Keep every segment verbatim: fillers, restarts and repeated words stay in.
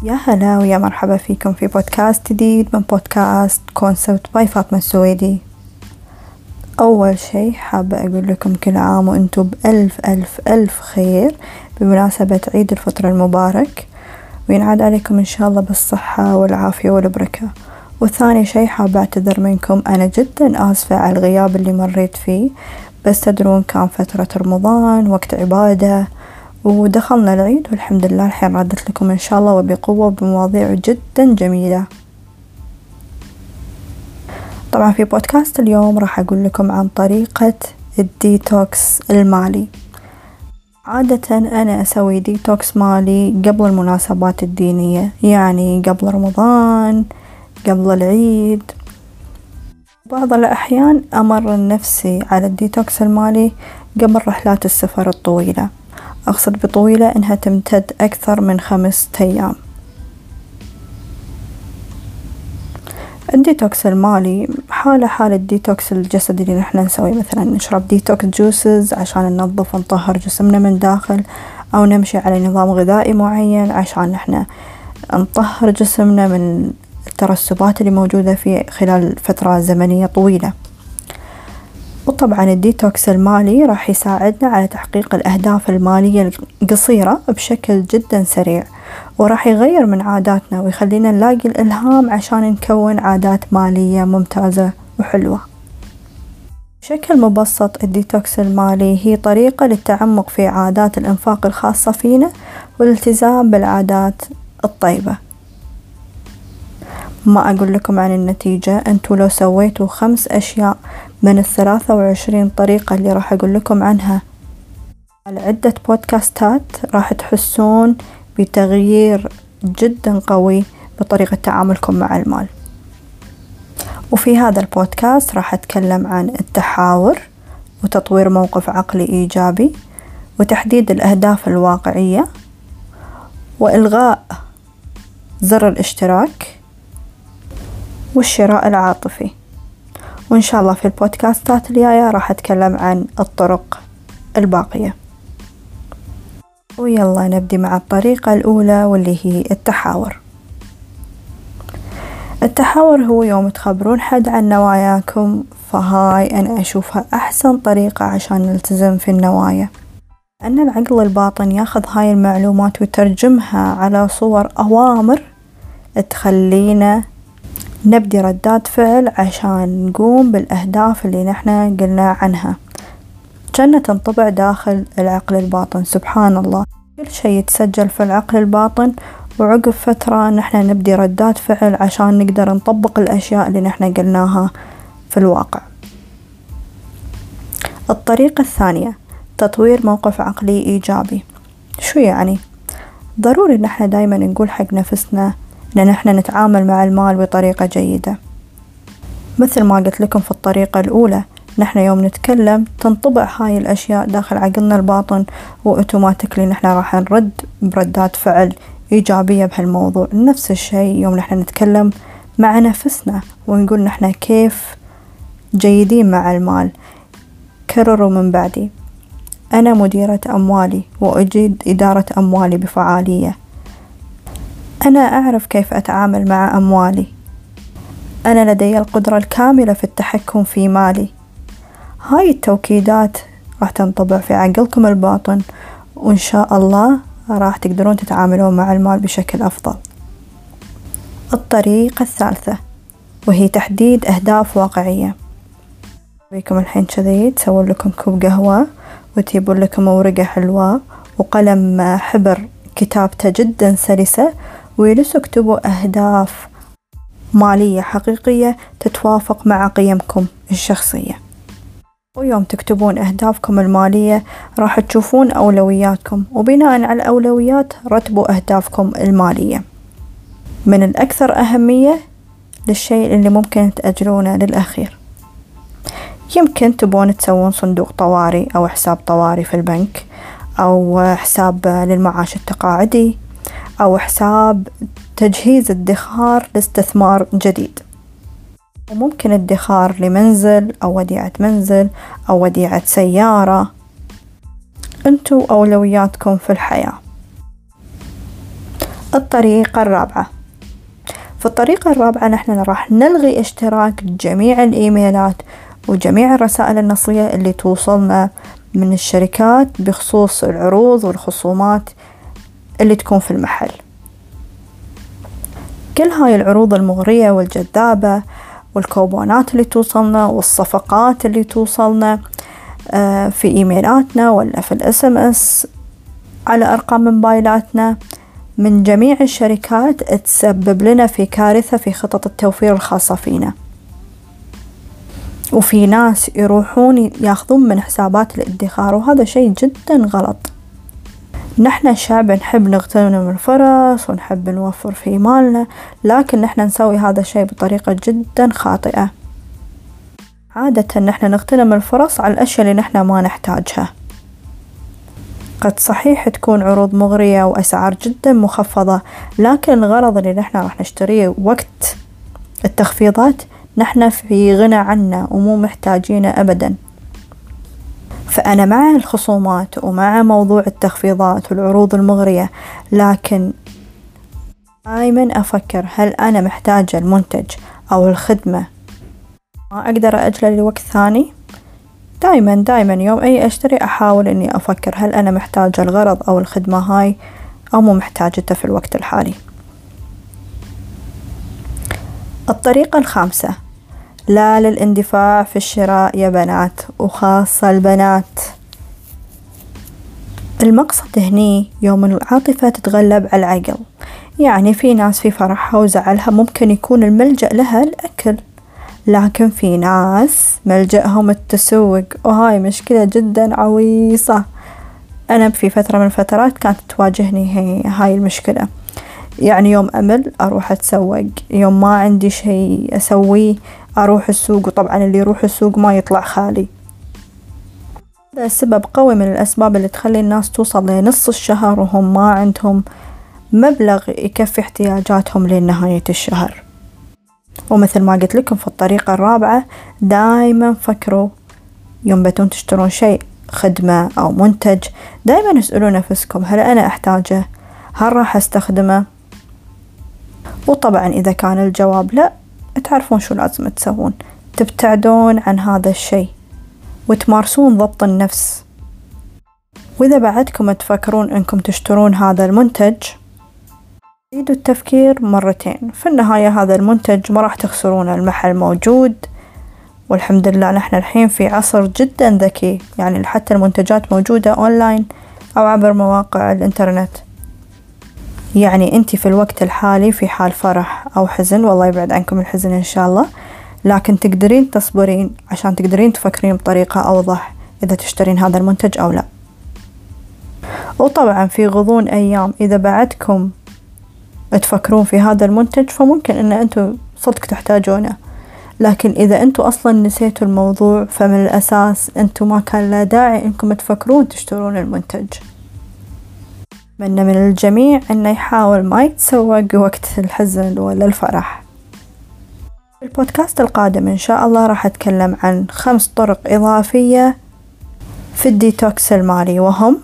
يا هلا ويا مرحبا فيكم في بودكاست جديد من بودكاست كونسبت باي فاطمة السويدي. أول شي حابة أقول لكم كل عام وأنتم بألف ألف ألف خير بمناسبة عيد الفطر المبارك، وينعاد عليكم إن شاء الله بالصحة والعافية والبركة. وثاني شي حابة أعتذر منكم، أنا جدا آسفة على الغياب اللي مريت فيه، بس تدرون كان فترة رمضان وقت عبادة ودخلنا العيد، والحمد لله الحين ردت لكم إن شاء الله وبقوة بمواضيع جدا جميلة. طبعا في بودكاست اليوم راح أقول لكم عن طريقة الديتوكس المالي. عادة أنا أسوي ديتوكس مالي قبل المناسبات الدينية، يعني قبل رمضان، قبل العيد. بعض الأحيان أمر نفسي على الديتوكس المالي قبل رحلات السفر الطويلة، أقصد بطويلة إنها تمتد أكثر من خمسة أيام. الديتوكس المالي حالة حال الديتوكس الجسدي اللي نحن نسوي، مثلا نشرب ديتوكس جوسز عشان ننظف ونطهر جسمنا من داخل، أو نمشي على نظام غذائي معين عشان نحن نطهر جسمنا من الترسبات اللي موجودة فيه خلال فترة زمنية طويلة. وطبعا الديتوكس المالي راح يساعدنا على تحقيق الأهداف المالية القصيرة بشكل جدا سريع، وراح يغير من عاداتنا ويخلينا نلاقي الإلهام عشان نكون عادات مالية ممتازة وحلوة. بشكل مبسط الديتوكس المالي هي طريقة للتعمق في عادات الإنفاق الخاصة فينا والالتزام بالعادات الطيبة. ما أقول لكم عن النتيجة، أنتوا لو سويتوا خمس أشياء من الثلاثة وعشرين طريقة اللي راح أقول لكم عنها على عدة بودكاستات، راح تحسون بتغيير جدا قوي بطريقة تعاملكم مع المال. وفي هذا البودكاست راح أتكلم عن التحاور وتطوير موقف عقلي إيجابي وتحديد الأهداف الواقعية وإلغاء زر الاشتراك والشراء العاطفي. وإن شاء الله في البودكاستات الجاية راح أتكلم عن الطرق الباقية. ويلا نبدي مع الطريقة الأولى واللي هي التحاور. التحاور هو يوم تخبرون حد عن نواياكم، فهاي أنا أشوفها أحسن طريقة عشان نلتزم في النوايا، أن العقل الباطن ياخذ هاي المعلومات ويترجمها على صور أوامر تخلينا نبدي ردات فعل عشان نقوم بالأهداف اللي نحن قلنا عنها، كأنها تنطبع داخل العقل الباطن. سبحان الله، كل شيء يتسجل في العقل الباطن، وعقب فترة نحن نبدي ردات فعل عشان نقدر نطبق الأشياء اللي نحن قلناها في الواقع. الطريقة الثانية تطوير موقف عقلي إيجابي. شو يعني؟ ضروري نحن دايما نقول حق نفسنا إن نحن نتعامل مع المال بطريقة جيدة. مثل ما قلت لكم في الطريقة الأولى، نحن يوم نتكلم تنطبع هاي الأشياء داخل عقلنا الباطن، وأوتوماتيكلي نحن راح نرد بردات فعل إيجابية بهالموضوع. نفس الشيء يوم نحن نتكلم مع نفسنا ونقول نحن كيف جيدين مع المال. كرروا من بعدي: أنا مديرة أموالي وأجيد إدارة أموالي بفعالية. أنا أعرف كيف أتعامل مع أموالي. أنا لدي القدرة الكاملة في التحكم في مالي. هاي التوكيدات راح تنطبع في عقلكم الباطن، وإن شاء الله راح تقدرون تتعاملون مع المال بشكل أفضل. الطريقة الثالثة وهي تحديد أهداف واقعية. بيكم الحين كذي تسوون لكم كوب قهوة وتجيبون لكم ورقة حلوة وقلم حبر كتابته جدا سلسة، ويجلسوا اكتبوا أهداف مالية حقيقية تتوافق مع قيمكم الشخصية. ويوم تكتبون أهدافكم المالية راح تشوفون أولوياتكم، وبناء على الأولويات رتبوا أهدافكم المالية من الأكثر أهمية للشيء اللي ممكن تأجلونه للأخير. يمكن تبون تسوون صندوق طوارئ أو حساب طوارئ في البنك، أو حساب للمعاش التقاعدي، أو حساب تجهيز ادخار لاستثمار جديد، وممكن ادخار لمنزل أو وديعة منزل أو وديعة سيارة. انتو أولوياتكم في الحياة. الطريقة الرابعة، في الطريقة الرابعة نحن راح نلغي اشتراك جميع الإيميلات وجميع الرسائل النصية اللي توصلنا من الشركات بخصوص العروض والخصومات اللي تكون في المحل. كل هاي العروض المغرية والجذابة والكوبونات اللي توصلنا والصفقات اللي توصلنا في إيميلاتنا ولا في الاس ام اس على أرقام موبايلاتنا من جميع الشركات تسبب لنا في كارثة في خطط التوفير الخاصة فينا، وفي ناس يروحون ياخذون من حسابات الادخار، وهذا شيء جدا غلط. نحن شعب نحب نغتنم الفرص ونحب نوفر في مالنا، لكن نحن نسوي هذا الشيء بطريقة جدا خاطئة. عادة نحن نغتنم الفرص على الأشياء اللي نحن ما نحتاجها. قد صحيح تكون عروض مغرية وأسعار جدا مخفضة، لكن الغرض اللي نحن راح نشتريه وقت التخفيضات نحن في غنى عنه ومو محتاجينه أبدا. فأنا مع الخصومات ومع موضوع التخفيضات والعروض المغرية، لكن دائما أفكر هل أنا محتاجة المنتج أو الخدمة، ما أقدر أجله لوقت ثاني. دائما دائما يوم أي أشتري أحاول أني أفكر هل أنا محتاجة الغرض أو الخدمة هاي أو مو محتاجته في الوقت الحالي. الطريقة الخامسة، لا للاندفاع في الشراء يا بنات، وخاصة البنات. المقصد هني يوم العاطفة تتغلب على العقل، يعني في ناس في فرحها وزعلها ممكن يكون الملجأ لها الأكل، لكن في ناس ملجأهم التسوق، وهاي مشكلة جدا عويصة. أنا في فترة من الفترات كانت تواجهني هي هاي المشكلة، يعني يوم أمل أروح أتسوق، يوم ما عندي شيء أسويه أروح السوق، وطبعا اللي يروح السوق ما يطلع خالي. هذا سبب قوي من الأسباب اللي تخلي الناس توصل لنص الشهر وهم ما عندهم مبلغ يكفي احتياجاتهم لنهاية الشهر. ومثل ما قلت لكم في الطريقة الرابعة، دايما فكروا يوم بتون تشترون شيء خدمة أو منتج، دايما اسألوا نفسكم هل أنا أحتاجه؟ هل راح أستخدمه؟ وطبعا إذا كان الجواب لا، تعرفون شو لازم تسوون، تبتعدون عن هذا الشيء وتمارسون ضبط النفس. وإذا بعدكم تفكرون أنكم تشترون هذا المنتج، عيدوا التفكير مرتين. في النهاية هذا المنتج ما راح تخسرونه، المحل موجود، والحمد لله نحن الحين في عصر جدا ذكي، يعني حتى المنتجات موجودة أونلاين أو عبر مواقع الإنترنت. يعني أنت في الوقت الحالي في حال فرح أو حزن، والله يبعد عنكم الحزن إن شاء الله، لكن تقدرين تصبرين عشان تقدرين تفكرين بطريقة أوضح إذا تشترين هذا المنتج أو لا. وطبعا في غضون أيام إذا بعدكم تفكرون في هذا المنتج فممكن إن أنتوا صدق تحتاجونه، لكن إذا أنتوا أصلا نسيتوا الموضوع فمن الأساس أنتوا ما كان لا داعي إنكم تفكرون تشترون المنتج. أتمنى من الجميع أنه يحاول ما يتسوق وقت الحزن ولا الفرح. في البودكاست القادم إن شاء الله راح أتكلم عن خمس طرق إضافية في الديتوكس المالي، وهم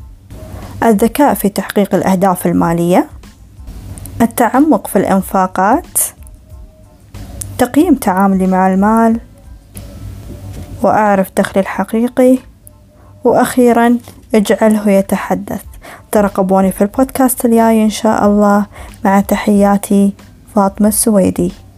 الذكاء في تحقيق الأهداف المالية، التعمق في الإنفاقات، تقييم تعاملي مع المال، وأعرف دخلي الحقيقي، وأخيرا اجعله يتحدث. ترقبوني في البودكاست الجاي إن شاء الله، مع تحياتي فاطمة السويدي.